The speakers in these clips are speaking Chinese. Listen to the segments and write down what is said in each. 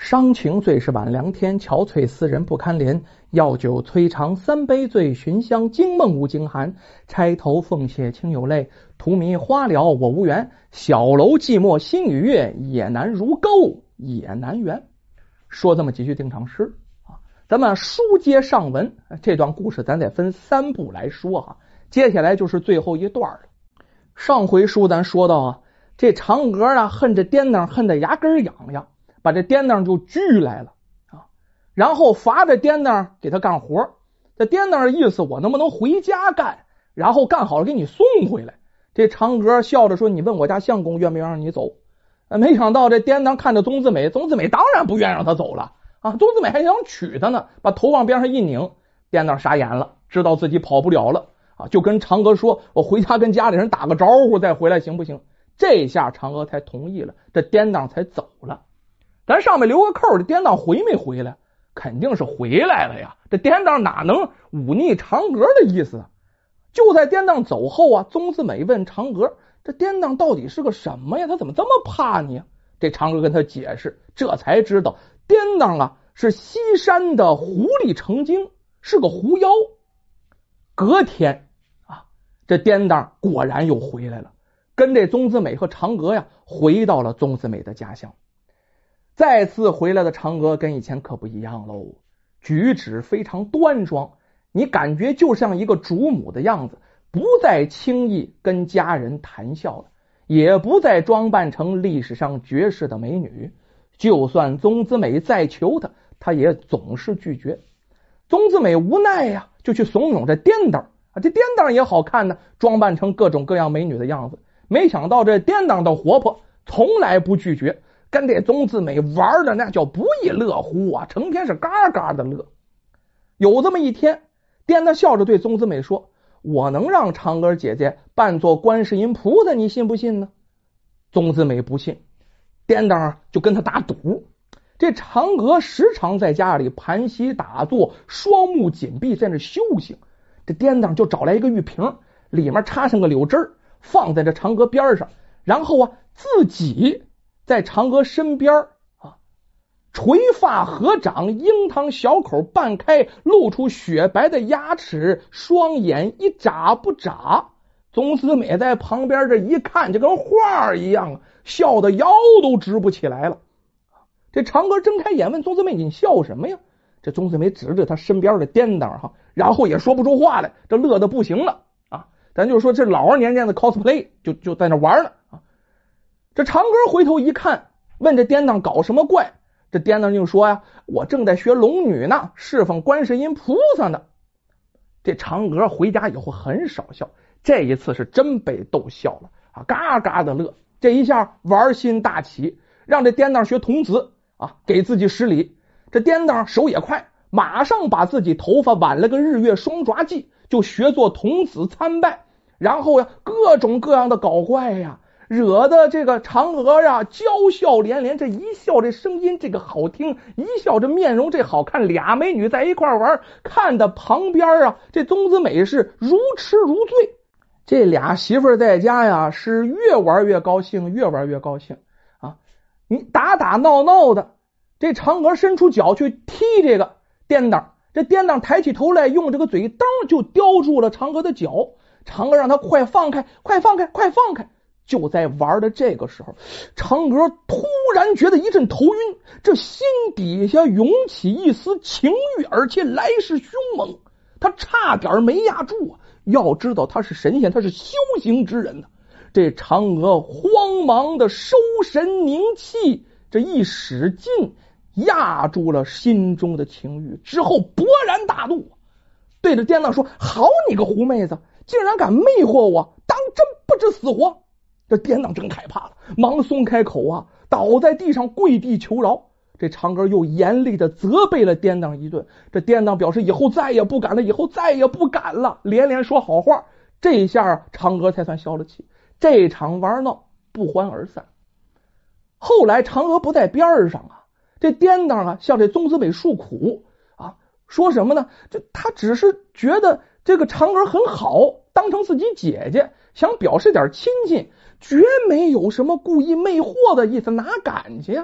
伤情最是晚凉天，憔悴思人不堪怜。药酒摧肠三杯醉，寻香惊梦无惊寒。钗头凤血清有泪，荼蘼花了我无缘。小楼寂寞心与月，也难如钩也难圆。说这么几句定场诗啊，咱们书接上文，这段故事咱得分三步来说哈。接下来就是最后一段了。上回书咱说到啊，这嫦娥啊恨这颠当恨得牙根痒痒，把这颠当就拘来了啊，然后罚着颠当给他干活。这颠当的意思，我能不能回家干，然后干好了给你送回来。这嫦娥笑着说，你问我家相公愿不愿意让你走。没想到这颠当看着宗子美，宗子美当然不愿意让他走了啊，宗子美还想娶他呢，把头往边上一拧。颠当傻眼了，知道自己跑不了了啊，就跟嫦娥说，我回家跟家里人打个招呼再回来行不行。这下嫦娥才同意了，这颠当才走了。咱上面留个扣，这颠当回没回来？肯定是回来了呀，这颠当哪能忤逆嫦娥的意思？就在颠当走后啊，宗子美问嫦娥，这颠当到底是个什么呀？他怎么这么怕你啊？这嫦娥跟他解释，这才知道颠当啊是西山的狐狸成精，是个狐妖。隔天啊，这颠当果然又回来了，跟这宗子美和嫦娥呀回到了宗子美的家乡。再次回来的嫦娥跟以前可不一样喽，举止非常端庄，你感觉就像一个主母的样子，不再轻易跟家人谈笑了，也不再装扮成历史上绝世的美女。就算宗子美再求她，她也总是拒绝。宗子美无奈呀，就去怂恿这颠当啊，这颠当也好看呢，装扮成各种各样美女的样子。没想到这颠当的活泼，从来不拒绝，跟这宗子美玩的那叫不亦乐乎啊，成天是嘎嘎的乐。有这么一天，颠当笑着对宗子美说，我能让嫦娥姐姐扮作观世音菩萨，你信不信呢？宗子美不信，颠当就跟他打赌。这嫦娥时常在家里盘膝打坐，双目紧闭在那修行。这颠当就找来一个玉瓶，里面插上个柳枝，放在这嫦娥边上，然后啊自己在嫦娥身边啊，垂发合掌，樱桃小口半开，露出雪白的牙齿，双眼一眨不眨。宗子美在旁边这一看，就跟画一样，笑得腰都直不起来了。这嫦娥睁开眼问宗子美，你笑什么呀？这宗子美指着他身边的颠当哈，然后也说不出话来，这乐得不行了啊！咱就说这老年间的 cosplay 就在那玩呢啊！这嫦娥回头一看，问这颠当搞什么怪？这颠当就说呀，我正在学龙女呢，侍奉观世音菩萨呢。这嫦娥回家以后很少笑，这一次是真被逗笑了啊，嘎嘎的乐。这一下玩心大起，让这颠当学童子啊，给自己施礼。这颠当手也快，马上把自己头发挽了个日月双爪髻，就学做童子参拜。然后呀，各种各样的搞怪呀，惹得这个嫦娥呀娇笑连连。这一笑这声音这个好听，一笑这面容这好看，俩美女在一块玩，看的旁边啊这宗子美是如痴如醉。这俩媳妇在家呀是越玩越高兴，越玩越高兴啊！你打打闹闹的，这嫦娥伸出脚去踢这个颠当，这颠当抬起头来，用这个嘴当就叼住了嫦娥的脚。嫦娥让他快放开，快放开，快放开！就在玩的这个时候，嫦娥突然觉得一阵头晕，这心底下涌起一丝情欲，而且来势凶猛，他差点没压住啊！要知道他是神仙，他是修行之人呢。这嫦娥慌忙的收神凝气，这一使劲压住了心中的情欲之后，勃然大怒，对着颠当说，好你个狐妹子，竟然敢魅惑我，当真不知死活！这颠当真害怕了，忙松开口啊，倒在地上跪地求饶。这嫦娥又严厉的责备了颠当一顿，这颠当表示以后再也不敢了，以后再也不敢了，连连说好话。这下嫦娥才算消了气，这场玩闹不欢而散。后来嫦娥不在边上啊，这颠当啊向这宗子美诉苦啊，说什么呢？这他只是觉得这个嫦娥很好，当成自己姐姐，想表示点亲近，绝没有什么故意魅惑的意思，哪敢去呀？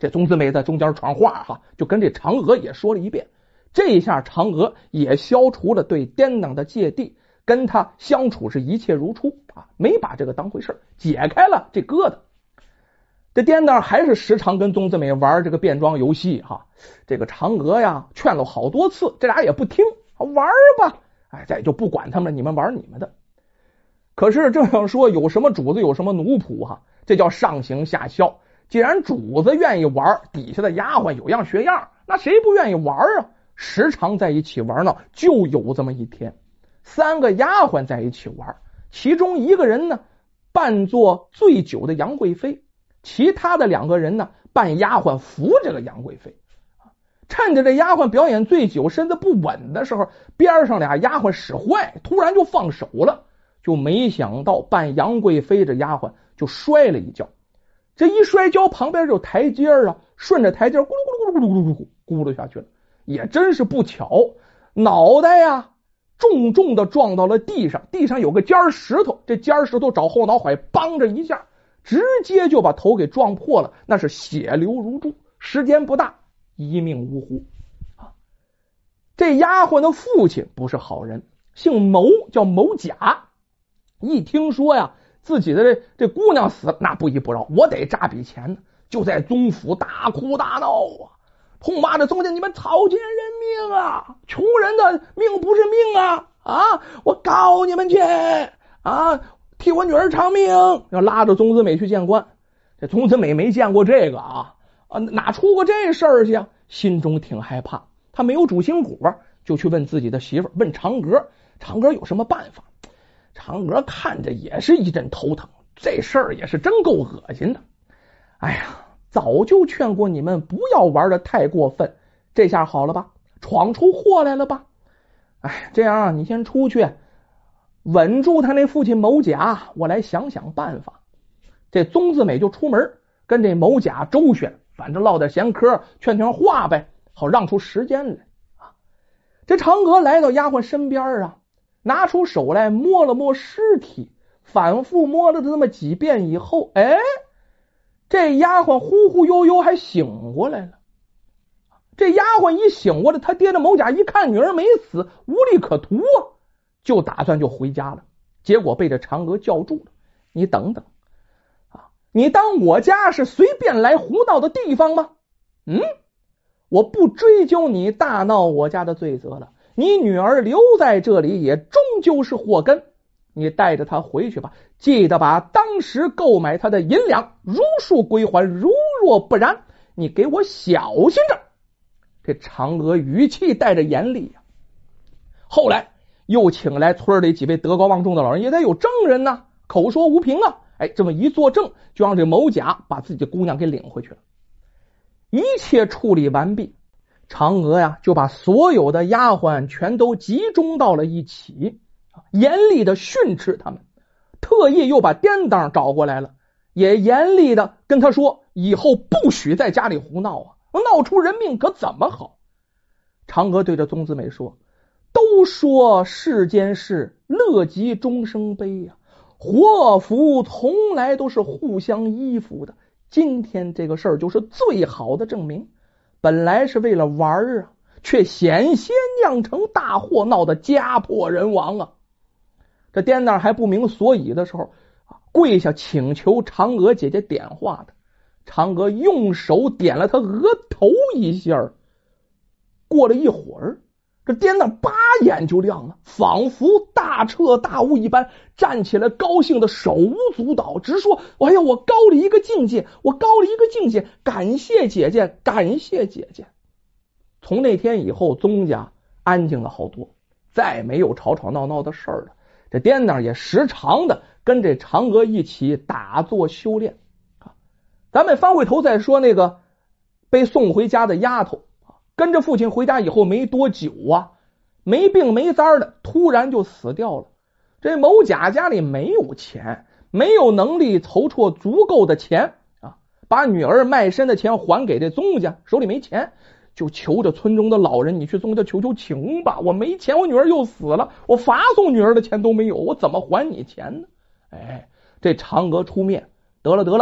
这宗子美在中间传话哈，就跟这嫦娥也说了一遍。这一下嫦娥也消除了对颠当的芥蒂，跟他相处是一切如初啊，没把这个当回事，解开了这疙瘩。这颠当还是时常跟宗子美玩这个变装游戏哈，这个嫦娥呀劝了好多次，这俩也不听，玩吧，哎，再就不管他们了，你们玩你们的。可是这样说，有什么主子有什么奴仆哈，这叫上行下效。既然主子愿意玩，底下的丫鬟有样学样，那谁不愿意玩啊？时常在一起玩闹，就有这么一天，3个丫鬟在一起玩，其中一个人呢扮作醉酒的杨贵妃，其他的2个人呢扮丫鬟扶这个杨贵妃。趁着这丫鬟表演醉酒身子不稳的时候，边上俩丫鬟使坏，突然就放手了，就没想到扮杨贵妃这丫鬟就摔了一跤。这一摔跤旁边就台阶啊，顺着台阶咕噜咕噜咕噜咕噜咕噜咕噜下去了，也真是不巧，脑袋呀重重的撞到了地上，地上有个尖石头，这尖石头找后脑海梆着一下，直接就把头给撞破了，那是血流如注，时间不大，一命呜呼啊！这丫鬟的父亲不是好人，姓牟，叫牟甲。一听说呀自己的这姑娘死了，那不依不饶，我得诈笔钱呢，就在宗府大哭大闹啊，痛骂着宗家，你们草菅人命啊，穷人的命不是命啊啊！我告你们去啊，替我女儿偿命，要拉着宗子美去见官。这宗子美没见过这个啊，哪出过这事儿去啊？心中挺害怕，他没有主心骨，就去问自己的媳妇，问嫦娥，嫦娥有什么办法？嫦娥看着也是一阵头疼，这事儿也是真够恶心的。哎呀，早就劝过你们不要玩的太过分，这下好了吧，闯出祸来了吧？哎，这样啊，你先出去稳住他那父亲牟甲，我来想想办法。这宗子美就出门跟这牟甲周旋，反正唠点闲嗑，劝劝话呗，好让出时间来啊。这嫦娥来到丫鬟身边啊，拿出手来摸了摸尸体，反复摸了这么几遍以后，哎，这丫鬟忽忽悠悠还醒过来了。这丫鬟一醒过来，他爹的牟甲一看女儿没死，无利可图啊，就打算就回家了。结果被这嫦娥叫住了，你等等啊，你当我家是随便来胡闹的地方吗？我不追究你大闹我家的罪责了，你女儿留在这里也终究是祸根，你带着她回去吧，记得把当时购买她的银两如数归还，如若不然你给我小心着。这嫦娥语气带着严厉啊。后来又请来村里几位德高望重的老人，也得有证人呐，口说无凭啊。哎，这么一作证，就让这牟甲把自己的姑娘给领回去了。一切处理完毕，嫦娥呀就把所有的丫鬟全都集中到了一起，严厉的训斥他们，特意又把颠当找过来了，也严厉的跟他说，以后不许在家里胡闹啊，闹出人命可怎么好？嫦娥对着宗子美说，都说世间事乐极终生悲呀，祸福从来都是互相依附的，今天这个事儿就是最好的证明。本来是为了玩啊，却险些酿成大祸，闹得家破人亡啊。这颠当还不明所以的时候，跪下请求嫦娥姐姐点化的。嫦娥用手点了他额头一下，过了一会儿，这颠当把眼就亮了，仿佛大彻大悟一般，站起来高兴的手舞足蹈，直说，哎呀，我高了一个境界，我高了一个境界，感谢姐姐，感谢姐姐。从那天以后，宗家安静了好多，再没有吵吵闹闹的事儿了。这颠当也时常的跟这嫦娥一起打坐修炼。咱们翻回头再说那个被送回家的丫头，跟着父亲回家以后没多久啊，没病没灾的突然就死掉了。这牟甲家里没有钱，没有能力筹措足够的钱啊，把女儿卖身的钱还给这宗家，手里没钱，就求着村中的老人，你去宗家求求情吧，我没钱，我女儿又死了，我发送女儿的钱都没有，我怎么还你钱呢？哎，这嫦娥出面，得了，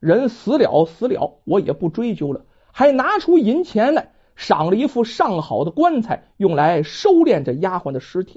人死了死了，我也不追究了，还拿出银钱来，赏了一副上好的棺材，用来收敛这丫鬟的尸体。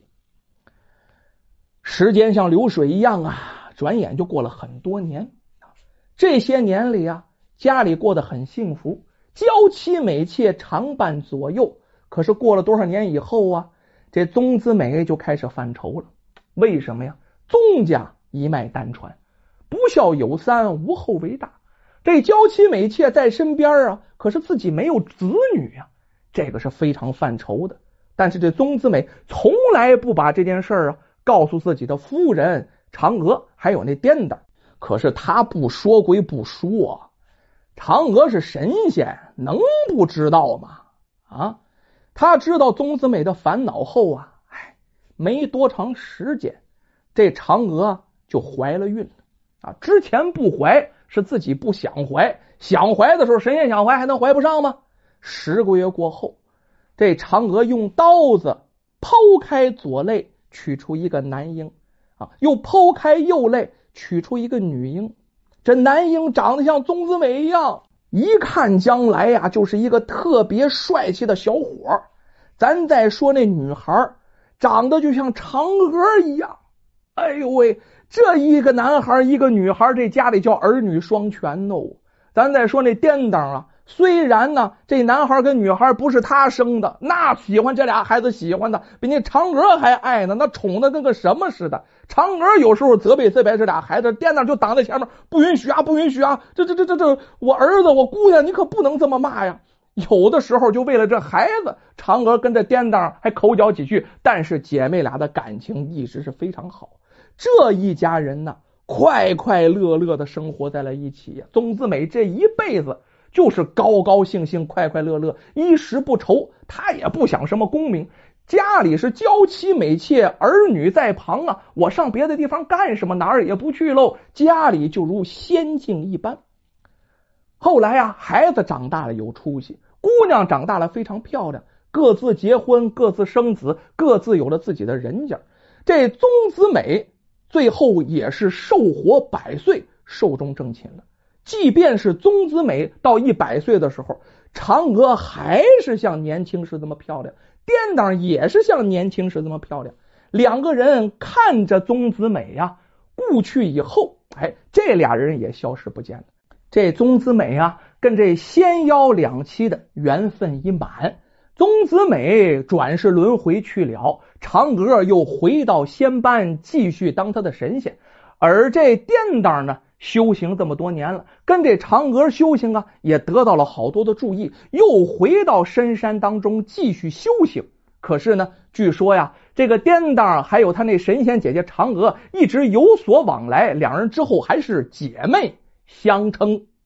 时间像流水一样啊，转眼就过了很多年。这些年里啊，家里过得很幸福，娇妻美妾常伴左右。可是过了多少年以后啊，这宗子美就开始犯愁了。为什么呀？宗家一脉单传，不孝有三，无后为大。这娇妻美妾在身边啊，可是自己没有子女啊，这个是非常犯愁的。但是这宗子美从来不把这件事啊告诉自己的夫人嫦娥还有那颠的。可是他不说归不说，嫦娥是神仙，能不知道吗？啊，他知道宗子美的烦恼后啊，没多长时间，这嫦娥就怀了孕了啊。之前不怀是自己不想怀，想怀的时候神仙想怀还能怀不上吗？10个月过后，这嫦娥用刀子剖开左肋，取出一个男婴啊，又剖开右肋，取出一个女婴。这男婴长得像宗子美一样，一看将来呀，就是一个特别帅气的小伙。咱再说那女孩长得就像嫦娥一样，哎呦喂，这一个男孩一个女孩，这家里叫儿女双全哦。咱再说那颠当啊，虽然呢这男孩跟女孩不是他生的，那喜欢这俩孩子喜欢的比那嫦娥还爱呢，那宠的跟个什么似的。嫦娥有时候责备这俩孩子，颠当就挡在前面，不允许啊，不允许啊，这我儿子我姑娘你可不能这么骂呀。有的时候就为了这孩子，嫦娥跟这颠当还口角几句，但是姐妹俩的感情一直是非常好。这一家人呢，快快乐乐的生活在了一起。宗子美这一辈子就是高高兴兴快快乐乐，衣食不愁，他也不想什么功名，家里是娇妻美妾，儿女在旁啊，我上别的地方干什么，哪儿也不去喽，家里就如仙境一般。后来啊，孩子长大了有出息，姑娘长大了非常漂亮，各自结婚，各自生子，各自有了自己的人家。这宗子美最后也是寿活100岁，寿终正寝了。即便是宗子美到100岁的时候，嫦娥还是像年轻时这么漂亮，颠当也是像年轻时这么漂亮。两个人看着宗子美呀故去以后，这俩人也消失不见了。这宗子美啊跟这仙妖两栖的缘分已满，宗子美转世轮回去了，嫦娥又回到仙班继续当他的神仙。而这颠当呢，修行这么多年了，跟这嫦娥修行啊也得到了好多的注意，又回到深山当中继续修行。可是呢，据说呀，这个颠当还有他那神仙姐姐嫦娥一直有所往来，两人之后还是姐妹相称。